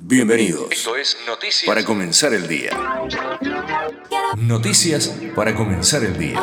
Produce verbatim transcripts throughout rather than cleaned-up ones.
Bienvenidos. Esto es Noticias para comenzar el día. Noticias para comenzar el día.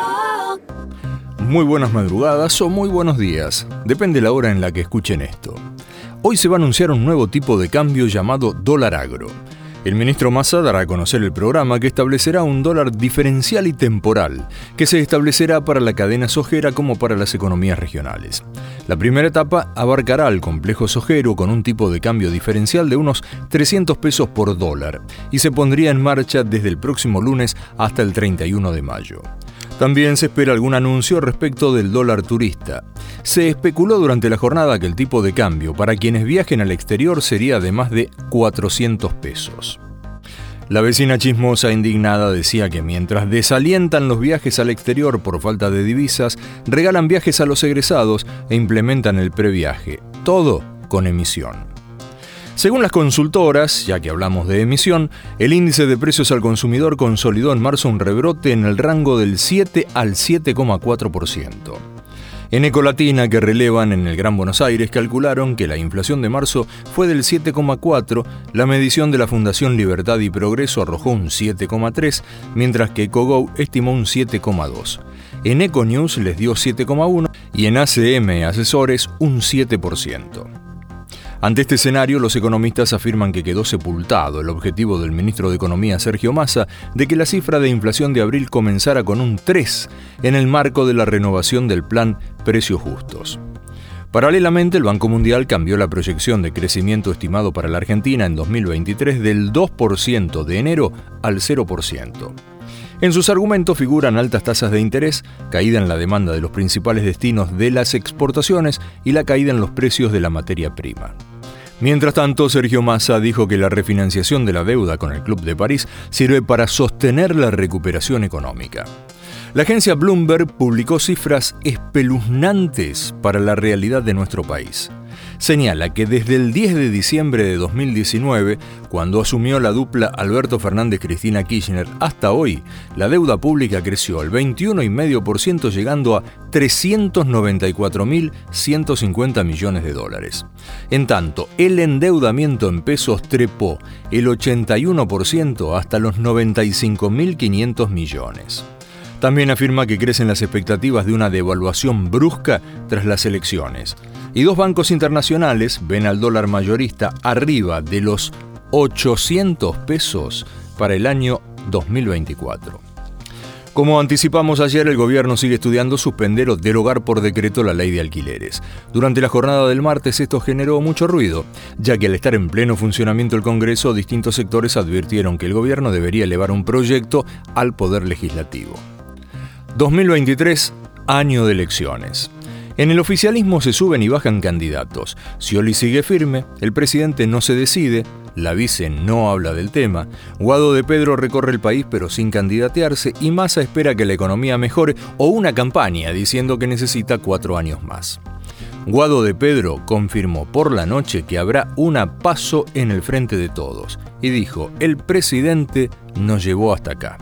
Muy buenas madrugadas o muy buenos días, depende la hora en la que escuchen esto. Hoy se va a anunciar un nuevo tipo de cambio llamado dólar agro. El ministro Massa dará a conocer el programa que establecerá un dólar diferencial y temporal, que se establecerá para la cadena sojera como para las economías regionales. La primera etapa abarcará al complejo sojero con un tipo de cambio diferencial de unos trescientos pesos por dólar y se pondría en marcha desde el próximo lunes hasta el treinta y uno de mayo. También se espera algún anuncio respecto del dólar turista. Se especuló durante la jornada que el tipo de cambio para quienes viajen al exterior sería de más de cuatrocientos pesos. La vecina chismosa indignada decía que mientras desalientan los viajes al exterior por falta de divisas, regalan viajes a los egresados e implementan el previaje. Todo con emisión. Según las consultoras, ya que hablamos de emisión, el índice de precios al consumidor consolidó en marzo un rebrote en el rango del siete al siete coma cuatro por ciento. En Ecolatina, que relevan en el Gran Buenos Aires, calcularon que la inflación de marzo fue del siete coma cuatro por ciento, la medición de la Fundación Libertad y Progreso arrojó un siete coma tres por ciento, mientras que Ecogou estimó un siete coma dos por ciento. En Econews les dio siete coma uno por ciento y en A C M Asesores un siete por ciento. Ante este escenario, los economistas afirman que quedó sepultado el objetivo del ministro de Economía Sergio Massa de que la cifra de inflación de abril comenzara con un tres en el marco de la renovación del plan Precios Justos. Paralelamente, el Banco Mundial cambió la proyección de crecimiento estimado para la Argentina en dos mil veintitrés del dos por ciento de enero al cero por ciento. En sus argumentos figuran altas tasas de interés, caída en la demanda de los principales destinos de las exportaciones y la caída en los precios de la materia prima. Mientras tanto, Sergio Massa dijo que la refinanciación de la deuda con el Club de París sirve para sostener la recuperación económica. La agencia Bloomberg publicó cifras espeluznantes para la realidad de nuestro país. Señala que desde el diez de diciembre de dos mil diecinueve, cuando asumió la dupla Alberto Fernández-Cristina Kirchner, hasta hoy, la deuda pública creció al veintiuno coma cinco por ciento llegando a trescientos noventa y cuatro mil ciento cincuenta millones de dólares. En tanto, el endeudamiento en pesos trepó el ochenta y uno por ciento hasta los noventa y cinco mil quinientos millones. También afirma que crecen las expectativas de una devaluación brusca tras las elecciones. Y dos bancos internacionales ven al dólar mayorista arriba de los ochocientos pesos para el año dos mil veinticuatro. Como anticipamos ayer, el gobierno sigue estudiando suspender o derogar por decreto la ley de alquileres. Durante la jornada del martes esto generó mucho ruido, ya que al estar en pleno funcionamiento el Congreso, distintos sectores advirtieron que el gobierno debería elevar un proyecto al Poder Legislativo. dos mil veintitrés, año de elecciones. En el oficialismo se suben y bajan candidatos. Scioli sigue firme, el presidente no se decide, la vice no habla del tema, Guado de Pedro recorre el país pero sin candidatearse y Massa espera que la economía mejore o una campaña diciendo que necesita cuatro años más. Guado de Pedro confirmó por la noche que habrá una PASO en el frente de todos y dijo: el presidente nos llevó hasta acá.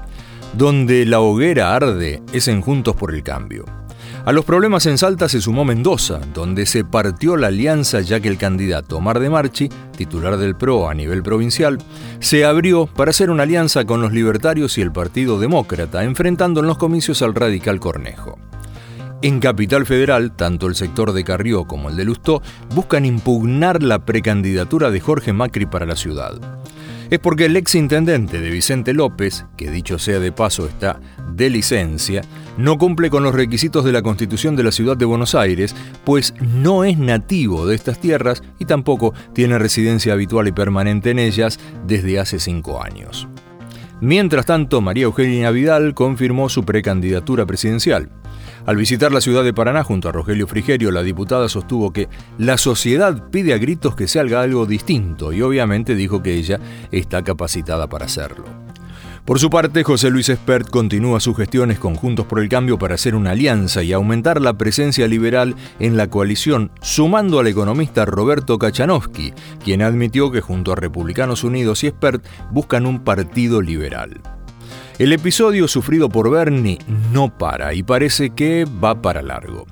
Donde la hoguera arde es en Juntos por el Cambio. A los problemas en Salta se sumó Mendoza, donde se partió la alianza ya que el candidato Omar de Marchi, titular del P R O a nivel provincial, se abrió para hacer una alianza con los libertarios y el Partido Demócrata, enfrentando en los comicios al radical Cornejo. En Capital Federal, tanto el sector de Carrió como el de Lustó buscan impugnar la precandidatura de Jorge Macri para la ciudad. Es porque el exintendente de Vicente López, que dicho sea de paso está de licencia, no cumple con los requisitos de la Constitución de la Ciudad de Buenos Aires, pues no es nativo de estas tierras y tampoco tiene residencia habitual y permanente en ellas desde hace cinco años. Mientras tanto, María Eugenia Vidal confirmó su precandidatura presidencial. Al visitar la ciudad de Paraná junto a Rogelio Frigerio, la diputada sostuvo que la sociedad pide a gritos que se haga algo distinto y obviamente dijo que ella está capacitada para hacerlo. Por su parte, José Luis Espert continúa sus gestiones con Juntos por el Cambio para hacer una alianza y aumentar la presencia liberal en la coalición, sumando al economista Roberto Kachanowski, quien admitió que junto a Republicanos Unidos y Espert buscan un partido liberal. El episodio sufrido por Bernie no para y parece que va para largo.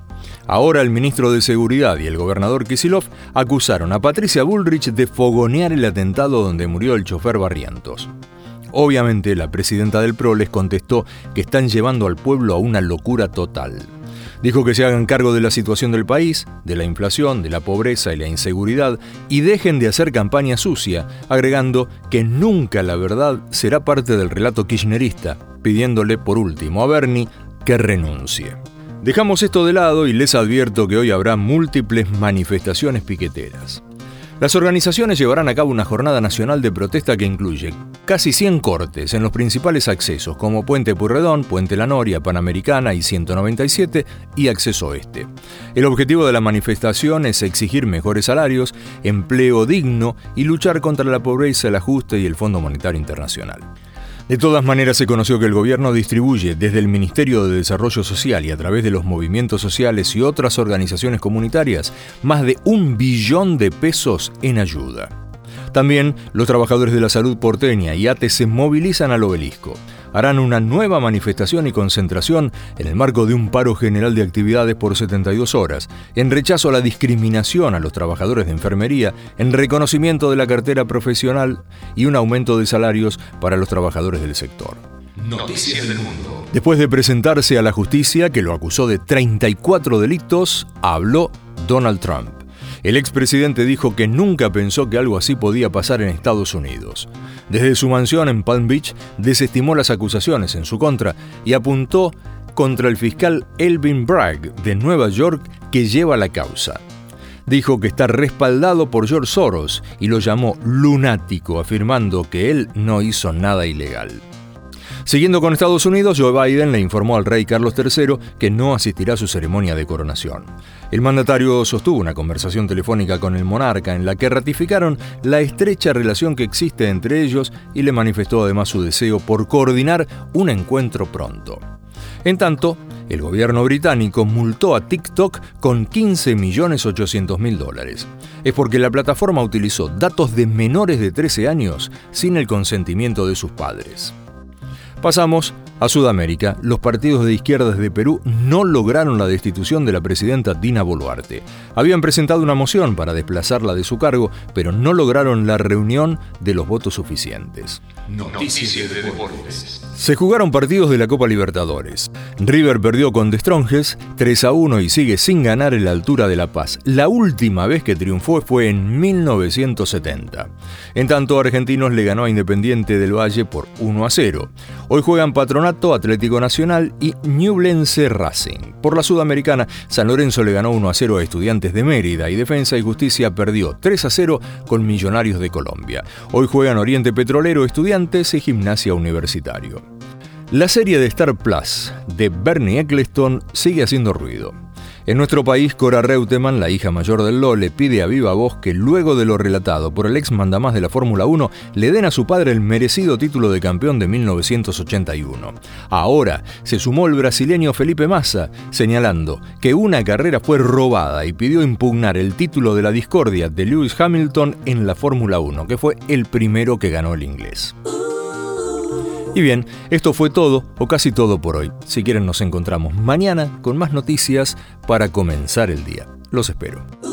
Ahora el ministro de Seguridad y el gobernador Kicillof acusaron a Patricia Bullrich de fogonear el atentado donde murió el chofer Barrientos. Obviamente, la presidenta del P R O les contestó que están llevando al pueblo a una locura total. Dijo que se hagan cargo de la situación del país, de la inflación, de la pobreza y la inseguridad, y dejen de hacer campaña sucia, agregando que nunca la verdad será parte del relato kirchnerista, pidiéndole por último a Bernie que renuncie. Dejamos esto de lado y les advierto que hoy habrá múltiples manifestaciones piqueteras. Las organizaciones llevarán a cabo una jornada nacional de protesta que incluye casi cien cortes en los principales accesos como Puente Pueyrredón, Puente La Noria, Panamericana y ciento noventa y siete y Acceso Oeste. El objetivo de la manifestación es exigir mejores salarios, empleo digno y luchar contra la pobreza, el ajuste y el Fondo Monetario Internacional. De todas maneras, se conoció que el gobierno distribuye desde el Ministerio de Desarrollo Social y a través de los movimientos sociales y otras organizaciones comunitarias más de un billón de pesos en ayuda. También los trabajadores de la salud porteña y A T E se movilizan al obelisco. Harán una nueva manifestación y concentración en el marco de un paro general de actividades por setenta y dos horas, en rechazo a la discriminación a los trabajadores de enfermería, en reconocimiento de la cartera profesional y un aumento de salarios para los trabajadores del sector. Noticias del mundo. Después de presentarse a la justicia, que lo acusó de treinta y cuatro delitos, habló Donald Trump. El expresidente dijo que nunca pensó que algo así podía pasar en Estados Unidos. Desde su mansión en Palm Beach, desestimó las acusaciones en su contra y apuntó contra el fiscal Alvin Bragg de Nueva York que lleva la causa. Dijo que está respaldado por George Soros y lo llamó lunático, afirmando que él no hizo nada ilegal. Siguiendo con Estados Unidos, Joe Biden le informó al rey Carlos tercero que no asistirá a su ceremonia de coronación. El mandatario sostuvo una conversación telefónica con el monarca en la que ratificaron la estrecha relación que existe entre ellos y le manifestó además su deseo por coordinar un encuentro pronto. En tanto, el gobierno británico multó a TikTok con quince millones ochocientos mil dólares. Es porque la plataforma utilizó datos de menores de trece años sin el consentimiento de sus padres. Pasamos a Sudamérica. Los partidos de izquierdas de Perú no lograron la destitución de la presidenta Dina Boluarte. Habían presentado una moción para desplazarla de su cargo, pero no lograron la reunión de los votos suficientes. Noticias de deportes. Se jugaron partidos de la Copa Libertadores. River perdió con The Strongest tres a uno y sigue sin ganar en la altura de La Paz. La última vez que triunfó fue en mil novecientos setenta. En tanto, Argentinos le ganó a Independiente del Valle por uno a cero. Hoy juegan Patronato, Atlético Nacional y Ñublense Racing. Por la Sudamericana, San Lorenzo le ganó uno a cero a Estudiantes de Mérida y Defensa y Justicia perdió tres a cero con Millonarios de Colombia. Hoy juegan Oriente Petrolero, Estudiantes y Gimnasia Universitario. La serie de Star Plus de Bernie Ecclestone sigue haciendo ruido. En nuestro país, Cora Reutemann, la hija mayor del Lole, pide a viva voz que luego de lo relatado por el ex mandamás de la Fórmula uno, le den a su padre el merecido título de campeón de mil novecientos ochenta y uno. Ahora se sumó el brasileño Felipe Massa, señalando que una carrera fue robada y pidió impugnar el título de la discordia de Lewis Hamilton en la Fórmula uno, que fue el primero que ganó el inglés. Y bien, esto fue todo, o casi todo por hoy. Si quieren nos encontramos mañana con más noticias para comenzar el día. Los espero.